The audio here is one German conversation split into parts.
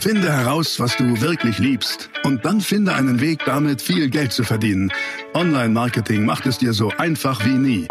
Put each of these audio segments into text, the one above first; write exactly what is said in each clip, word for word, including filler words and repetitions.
Finde heraus, was du wirklich liebst und dann finde einen Weg, damit viel Geld zu verdienen. Online-Marketing macht es dir so einfach wie nie.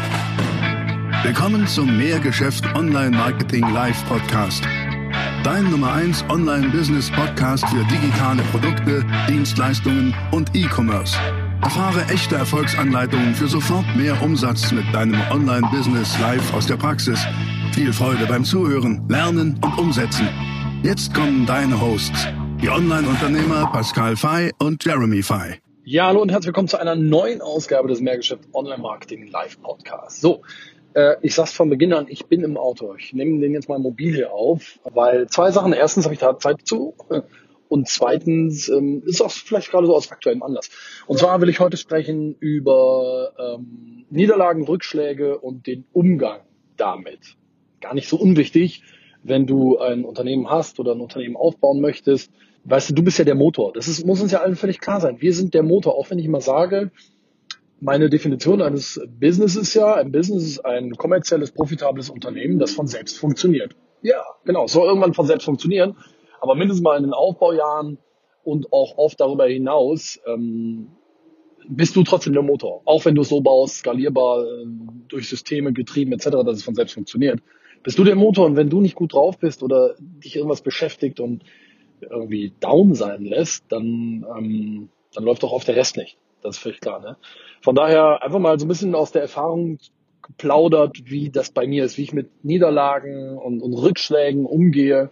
Willkommen zum Mehrgeschäft Online-Marketing Live Podcast. Dein Nummer eins Online-Business-Podcast für digitale Produkte, Dienstleistungen und E-Commerce. Erfahre echte Erfolgsanleitungen für sofort mehr Umsatz mit deinem Online-Business live aus der Praxis. Viel Freude beim Zuhören, Lernen und Umsetzen. Jetzt kommen deine Hosts, die Online-Unternehmer Pascal Fay und Jeremy Fay. Ja, hallo und herzlich willkommen zu einer neuen Ausgabe des Mehrgeschäft Online-Marketing Live Podcasts. So, äh, ich sag's von Beginn an, ich bin im Auto. Ich nehme den jetzt mal mobil hier auf, weil zwei Sachen. Erstens habe ich da Zeit zu und zweitens ähm, ist auch vielleicht gerade so aus aktuellem Anlass. Und zwar will ich heute sprechen über ähm, Niederlagen, Rückschläge und den Umgang damit. Gar nicht so unwichtig, wenn du ein Unternehmen hast oder ein Unternehmen aufbauen möchtest. Weißt du, du bist ja der Motor. Das ist, muss uns ja allen völlig klar sein. Wir sind der Motor. Auch wenn ich mal sage, meine Definition eines Business ist ja, ein Business ist ein kommerzielles, profitables Unternehmen, das von selbst funktioniert. Ja, genau. Es soll irgendwann von selbst funktionieren. Aber mindestens mal in den Aufbaujahren und auch oft darüber hinaus ähm, bist du trotzdem der Motor. Auch wenn du es so baust, skalierbar, äh, durch Systeme getrieben et cetera, dass es von selbst funktioniert. Bist du der Motor, und wenn du nicht gut drauf bist oder dich irgendwas beschäftigt und irgendwie down sein lässt, dann, ähm, dann läuft auch oft der Rest nicht. Das ist völlig klar, ne? Von daher einfach mal so ein bisschen aus der Erfahrung geplaudert, wie das bei mir ist, wie ich mit Niederlagen und, und Rückschlägen umgehe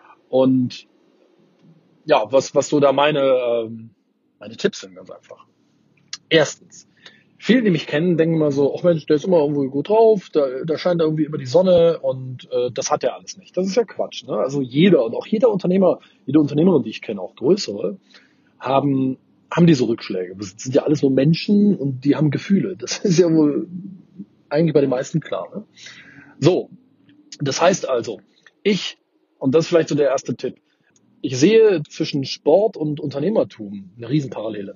und ja, was, was so da meine, ähm, meine Tipps sind, ganz einfach. Erstens. Viele, die mich kennen, denken immer so, ach Mensch, der ist immer irgendwo gut drauf, da, da scheint irgendwie über die Sonne und äh, das hat er alles nicht. Das ist ja Quatsch, ne? Also jeder und auch jeder Unternehmer, jede Unternehmerin, die ich kenne, auch größere, haben haben diese Rückschläge. Das sind ja alles nur Menschen und die haben Gefühle. Das ist ja wohl eigentlich bei den meisten klar, ne? So, das heißt also, ich, und das ist vielleicht so der erste Tipp, ich sehe zwischen Sport und Unternehmertum eine Riesenparallele.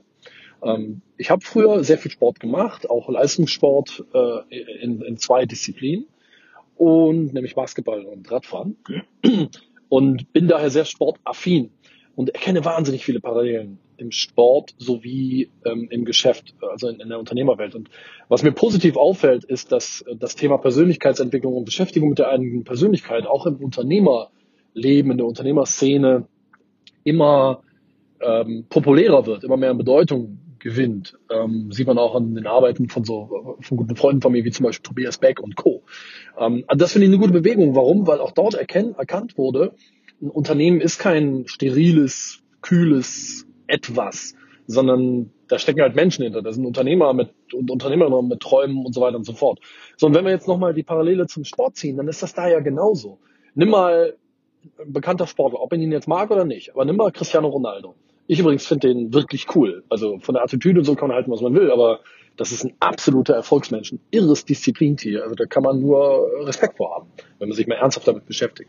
Ich habe früher sehr viel Sport gemacht, auch Leistungssport äh, in, in zwei Disziplinen, und nämlich Basketball und Radfahren, und bin daher sehr sportaffin und erkenne wahnsinnig viele Parallelen im Sport sowie ähm, im Geschäft, also in, in der Unternehmerwelt. Und was mir positiv auffällt, ist, dass das Thema Persönlichkeitsentwicklung und Beschäftigung mit der eigenen Persönlichkeit auch im Unternehmerleben, in der Unternehmerszene immer ähm, populärer wird, immer mehr an Bedeutung gewinnt. Ähm, sieht man auch an den Arbeiten von so von guten Freunden von mir, wie zum Beispiel Tobias Beck und Co. Ähm, das finde ich eine gute Bewegung. Warum? Weil auch dort erkennt, erkannt wurde, ein Unternehmen ist kein steriles, kühles Etwas, sondern da stecken halt Menschen hinter. Da sind Unternehmer mit und Unternehmerinnen mit Träumen und so weiter und so fort. So, und wenn wir jetzt nochmal die Parallele zum Sport ziehen, dann ist das da ja genauso. Nimm mal ein bekannter Sportler, ob man ihn jetzt mag oder nicht, aber nimm mal Cristiano Ronaldo. Ich übrigens finde den wirklich cool. Also von der Attitüde und so kann man halten, was man will, aber das ist ein absoluter Erfolgsmensch, ein irres Disziplintier. Also da kann man nur Respekt vor haben, wenn man sich mal ernsthaft damit beschäftigt.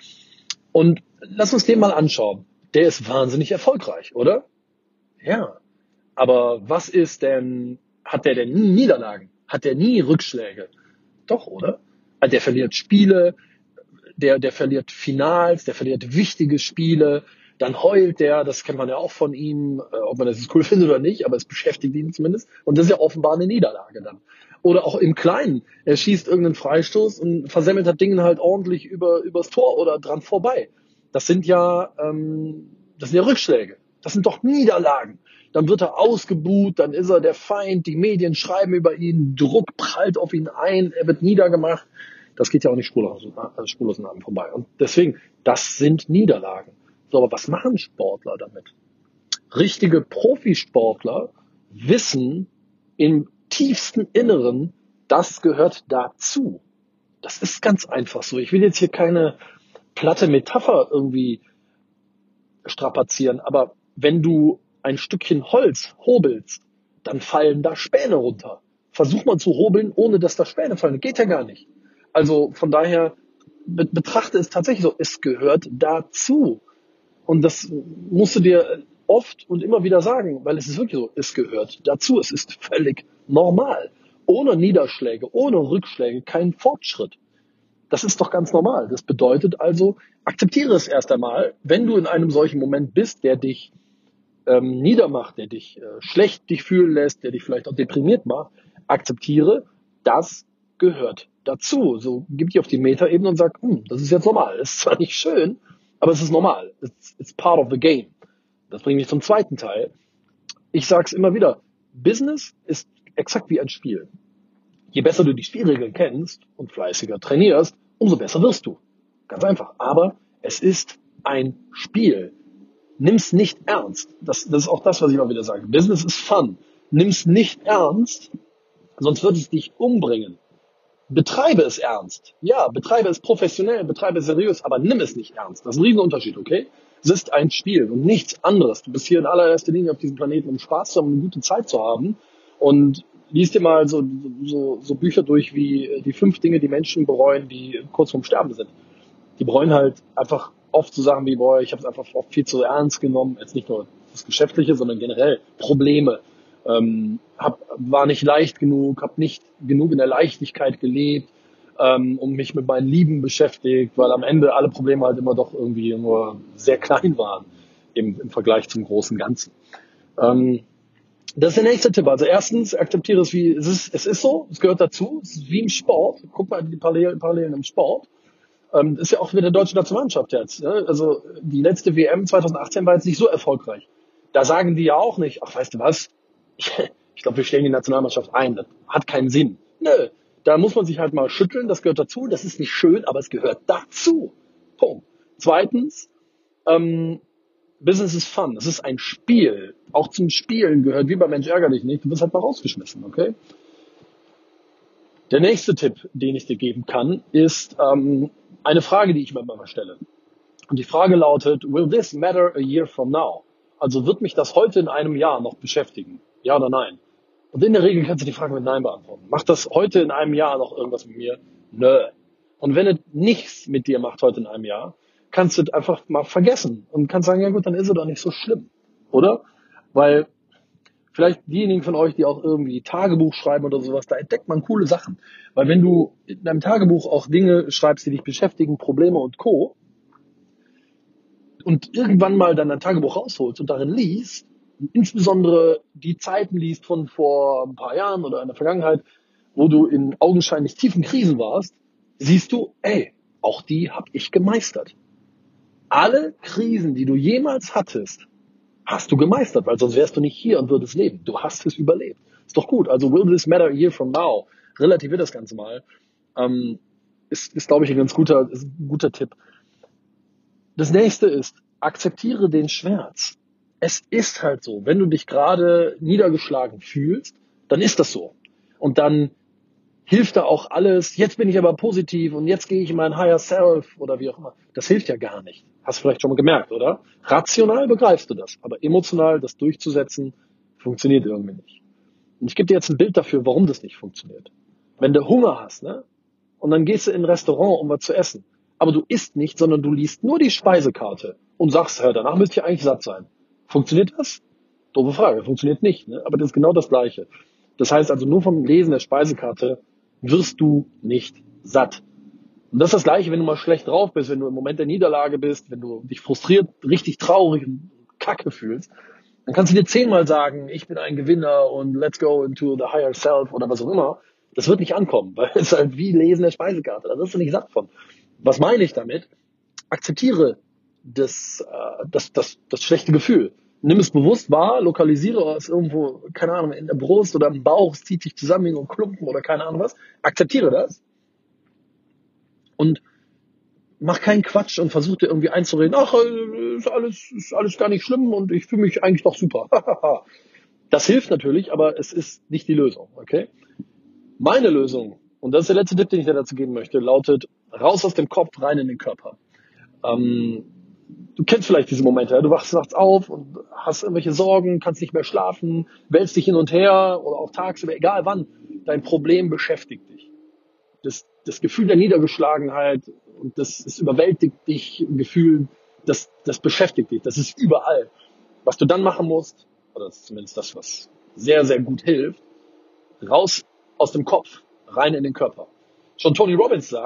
Und lass uns den mal anschauen. Der ist wahnsinnig erfolgreich, oder? Ja. Aber was ist denn, hat der denn nie Niederlagen? Hat der nie Rückschläge? Doch, oder? Also der verliert Spiele, der, der verliert Finals, der verliert wichtige Spiele. Dann heult der, das kennt man ja auch von ihm, äh, ob man das jetzt cool findet oder nicht, aber es beschäftigt ihn zumindest. Und das ist ja offenbar eine Niederlage dann. Oder auch im Kleinen. Er schießt irgendeinen Freistoß und versemmelt das Ding halt ordentlich über übers Tor oder dran vorbei. Das sind ja, ähm, das sind ja Rückschläge. Das sind doch Niederlagen. Dann wird er ausgebuht, dann ist er der Feind, die Medien schreiben über ihn, Druck prallt auf ihn ein, er wird niedergemacht. Das geht ja auch nicht spurlos, also spurlos an einem vorbei. Und deswegen, das sind Niederlagen. So, aber was machen Sportler damit? Richtige Profisportler wissen im tiefsten Inneren, das gehört dazu. Das ist ganz einfach so. Ich will jetzt hier keine platte Metapher irgendwie strapazieren, aber wenn du ein Stückchen Holz hobelst, dann fallen da Späne runter. Versuch mal zu hobeln, ohne dass da Späne fallen. Geht ja gar nicht. Also von daher betrachte es tatsächlich so, es gehört dazu. Und das musst du dir oft und immer wieder sagen, weil es ist wirklich so, es gehört dazu, es ist völlig normal. Ohne Niederschläge, ohne Rückschläge kein Fortschritt. Das ist doch ganz normal. Das bedeutet also, akzeptiere es erst einmal, wenn du in einem solchen Moment bist, der dich ähm, niedermacht, der dich äh, schlecht dich fühlen lässt, der dich vielleicht auch deprimiert macht, akzeptiere, das gehört dazu. So gib dich auf die Metaebene und sag, hm, das ist jetzt normal. Es ist zwar nicht schön, aber es ist normal. It's, it's part of the game. Das bringt mich zum zweiten Teil. Ich sage es immer wieder, Business ist exakt wie ein Spiel. Je besser du die Spielregeln kennst und fleißiger trainierst, umso besser wirst du. Ganz einfach. Aber es ist ein Spiel. Nimm's nicht ernst. Das, das ist auch das, was ich immer wieder sage. Business ist Fun. Nimm's nicht ernst, sonst wird es dich umbringen. Betreibe es ernst. Ja, betreibe es professionell, betreibe es seriös, aber nimm es nicht ernst. Das ist ein Riesenunterschied, okay? Es ist ein Spiel und nichts anderes. Du bist hier in allererster Linie auf diesem Planeten, um Spaß zu haben, um eine gute Zeit zu haben. Und lies dir mal so, so, so Bücher durch wie die fünf Dinge, die Menschen bereuen, die kurz vorm Sterben sind. Die bereuen halt einfach oft so Sachen wie, boah, ich habe es einfach oft viel zu ernst genommen. Jetzt nicht nur das Geschäftliche, sondern generell Probleme. Ähm, hab, war nicht leicht genug, habe nicht genug in der Leichtigkeit gelebt, ähm, um mich mit meinen Lieben beschäftigt, weil am Ende alle Probleme halt immer doch irgendwie nur sehr klein waren im, im Vergleich zum großen Ganzen. Ähm, das ist der nächste Tipp. Also erstens, akzeptiere es wie, es ist, es ist so, es gehört dazu, es ist wie im Sport. Guck mal die Parallelen, Parallelen im Sport. Ähm, ist ja auch mit der deutschen Nationalmannschaft jetzt. Ne? Also die letzte W M zwanzig achtzehn war jetzt nicht so erfolgreich. Da sagen die ja auch nicht, ach weißt du was, ich glaube, wir stellen die Nationalmannschaft ein, das hat keinen Sinn. Nö, da muss man sich halt mal schütteln, das gehört dazu, das ist nicht schön, aber es gehört dazu. Punkt. Zweitens, ähm, Business is fun, es ist ein Spiel. Auch zum Spielen gehört, wie bei Mensch ärger dich nicht, du wirst halt mal rausgeschmissen, okay? Der nächste Tipp, den ich dir geben kann, ist ähm, eine Frage, die ich mir immer stelle. Und die Frage lautet, will this matter a year from now? Also wird mich das heute in einem Jahr noch beschäftigen? Ja oder nein? Und in der Regel kannst du die Frage mit Nein beantworten. Macht das heute in einem Jahr noch irgendwas mit mir? Nö. Und wenn es nichts mit dir macht heute in einem Jahr, kannst du es einfach mal vergessen und kannst sagen, ja gut, dann ist es doch nicht so schlimm. Oder? Weil vielleicht diejenigen von euch, die auch irgendwie Tagebuch schreiben oder sowas, da entdeckt man coole Sachen. Weil wenn du in deinem Tagebuch auch Dinge schreibst, die dich beschäftigen, Probleme und Co., und irgendwann mal dann ein Tagebuch rausholst und darin liest, insbesondere die Zeiten liest von vor ein paar Jahren oder in der Vergangenheit, wo du in augenscheinlich tiefen Krisen warst, siehst du, ey, auch die habe ich gemeistert. Alle Krisen, die du jemals hattest, hast du gemeistert, weil sonst wärst du nicht hier und würdest leben. Du hast es überlebt. Ist doch gut. Also will this matter a year from now? Relativiert das Ganze mal. Ähm, ist, ist glaube ich, ein ganz guter, ist ein guter Tipp. Das nächste ist, akzeptiere den Schmerz. Es ist halt so. Wenn du dich gerade niedergeschlagen fühlst, dann ist das so. Und dann hilft da auch alles, jetzt bin ich aber positiv und jetzt gehe ich in mein Higher Self oder wie auch immer. Das hilft ja gar nicht. Hast du vielleicht schon mal gemerkt, oder? Rational begreifst du das, aber emotional das durchzusetzen, funktioniert irgendwie nicht. Und ich gebe dir jetzt ein Bild dafür, warum das nicht funktioniert. Wenn du Hunger hast, ne, und dann gehst du in ein Restaurant, um was zu essen, aber du isst nicht, sondern du liest nur die Speisekarte und sagst, ja, danach müsste ich eigentlich satt sein. Funktioniert das? Doofe Frage, funktioniert nicht, ne? Aber das ist genau das Gleiche. Das heißt also, nur vom Lesen der Speisekarte wirst du nicht satt. Und das ist das Gleiche, wenn du mal schlecht drauf bist, wenn du im Moment der Niederlage bist, wenn du dich frustriert, richtig traurig und kacke fühlst, dann kannst du dir zehnmal sagen, ich bin ein Gewinner und let's go into the higher self oder was auch immer. Das wird nicht ankommen, weil es halt wie Lesen der Speisekarte, da wirst du nicht satt von. Was meine ich damit? Akzeptiere das, äh, das, das, das schlechte Gefühl. Nimm es bewusst wahr, lokalisiere es irgendwo, keine Ahnung, in der Brust oder im Bauch, es zieht sich zusammen in so einen Klumpen oder keine Ahnung was. Akzeptiere das und mach keinen Quatsch und versuch dir irgendwie einzureden, ach, ist alles, ist alles gar nicht schlimm und ich fühle mich eigentlich doch super. Das hilft natürlich, aber es ist nicht die Lösung, okay? Meine Lösung, und das ist der letzte Tipp, den ich dir dazu geben möchte, lautet, raus aus dem Kopf, rein in den Körper. Ähm, du kennst vielleicht diese Momente, ja? Du wachst nachts auf und hast irgendwelche Sorgen, kannst nicht mehr schlafen, wälzt dich hin und her oder auch tagsüber, egal wann, dein Problem beschäftigt dich. Das, das Gefühl der Niedergeschlagenheit und das, das überwältigt dich, Gefühl, das, das beschäftigt dich, das ist überall. Was du dann machen musst, oder das ist zumindest das, was sehr, sehr gut hilft, raus aus dem Kopf, rein in den Körper. Schon Tony Robbins sagt,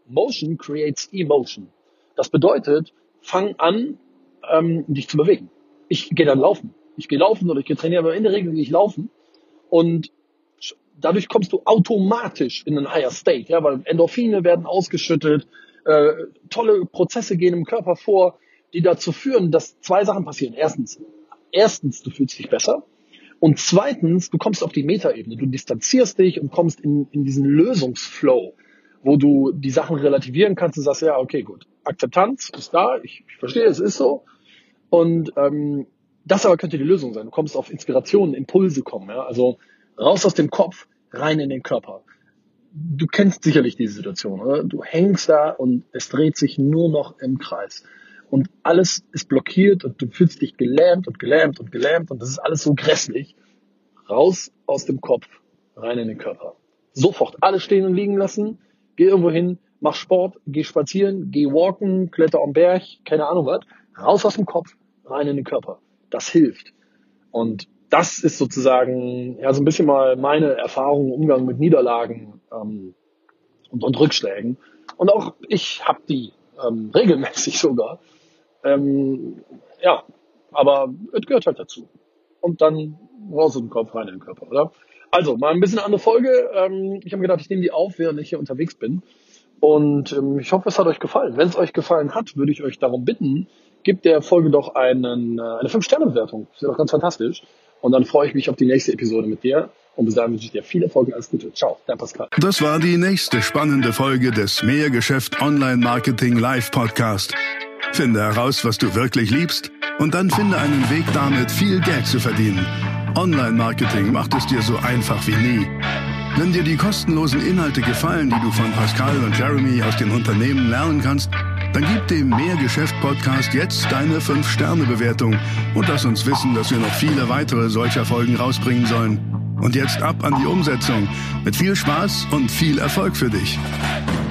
Motion creates emotion. Das bedeutet, fang an, ähm, dich zu bewegen. Ich gehe dann laufen. Ich gehe laufen oder ich gehe trainieren, aber in der Regel gehe ich laufen. Und dadurch kommst du automatisch in einen higher state, ja, weil Endorphine werden ausgeschüttet, äh, tolle Prozesse gehen im Körper vor, die dazu führen, dass zwei Sachen passieren. Erstens, erstens, du fühlst dich besser. Und zweitens, du kommst auf die Metaebene. Du distanzierst dich und kommst in, in diesen Lösungsflow, wo du die Sachen relativieren kannst und sagst, ja, okay, gut, Akzeptanz ist da, ich, ich verstehe, es ist so. Und ähm, das aber könnte die Lösung sein. Du kommst auf Inspirationen, Impulse kommen. Ja? Also raus aus dem Kopf, rein in den Körper. Du kennst sicherlich diese Situation, oder? Du hängst da und es dreht sich nur noch im Kreis. Und alles ist blockiert und du fühlst dich gelähmt und gelähmt und gelähmt und das ist alles so grässlich. Raus aus dem Kopf, rein in den Körper. Sofort alles stehen und liegen lassen, geh irgendwo hin, mach Sport, geh spazieren, geh walken, kletter am Berg, keine Ahnung was. Raus aus dem Kopf, rein in den Körper. Das hilft. Und das ist sozusagen ja so ein bisschen mal meine Erfahrung im Umgang mit Niederlagen ähm, und, und Rückschlägen. Und auch ich habe die ähm, regelmäßig sogar. Ähm, ja, aber es gehört halt dazu. Und dann raus aus dem Kopf, rein in den Körper, oder? Also, mal ein bisschen eine andere Folge. Ähm, ich habe gedacht, ich nehme die auf, während ich hier unterwegs bin. Und ähm, ich hoffe, es hat euch gefallen. Wenn es euch gefallen hat, würde ich euch darum bitten, gebt der Folge doch einen, äh, eine fünf Sterne Bewertung. Das wäre doch ganz fantastisch. Und dann freue ich mich auf die nächste Episode mit dir. Und bis dahin wünsche ich dir viel Erfolg und alles Gute. Ciao, dein Pascal. Das war die nächste spannende Folge des Mehrgeschäft Online Marketing Live Podcast. Finde heraus, was du wirklich liebst und dann finde einen Weg damit, viel Geld zu verdienen. Online-Marketing macht es dir so einfach wie nie. Wenn dir die kostenlosen Inhalte gefallen, die du von Pascal und Jeremy aus den Unternehmen lernen kannst, dann gib dem Mehrgeschäft-Podcast jetzt deine fünf Sterne Bewertung und lass uns wissen, dass wir noch viele weitere solcher Folgen rausbringen sollen. Und jetzt ab an die Umsetzung. Mit viel Spaß und viel Erfolg für dich.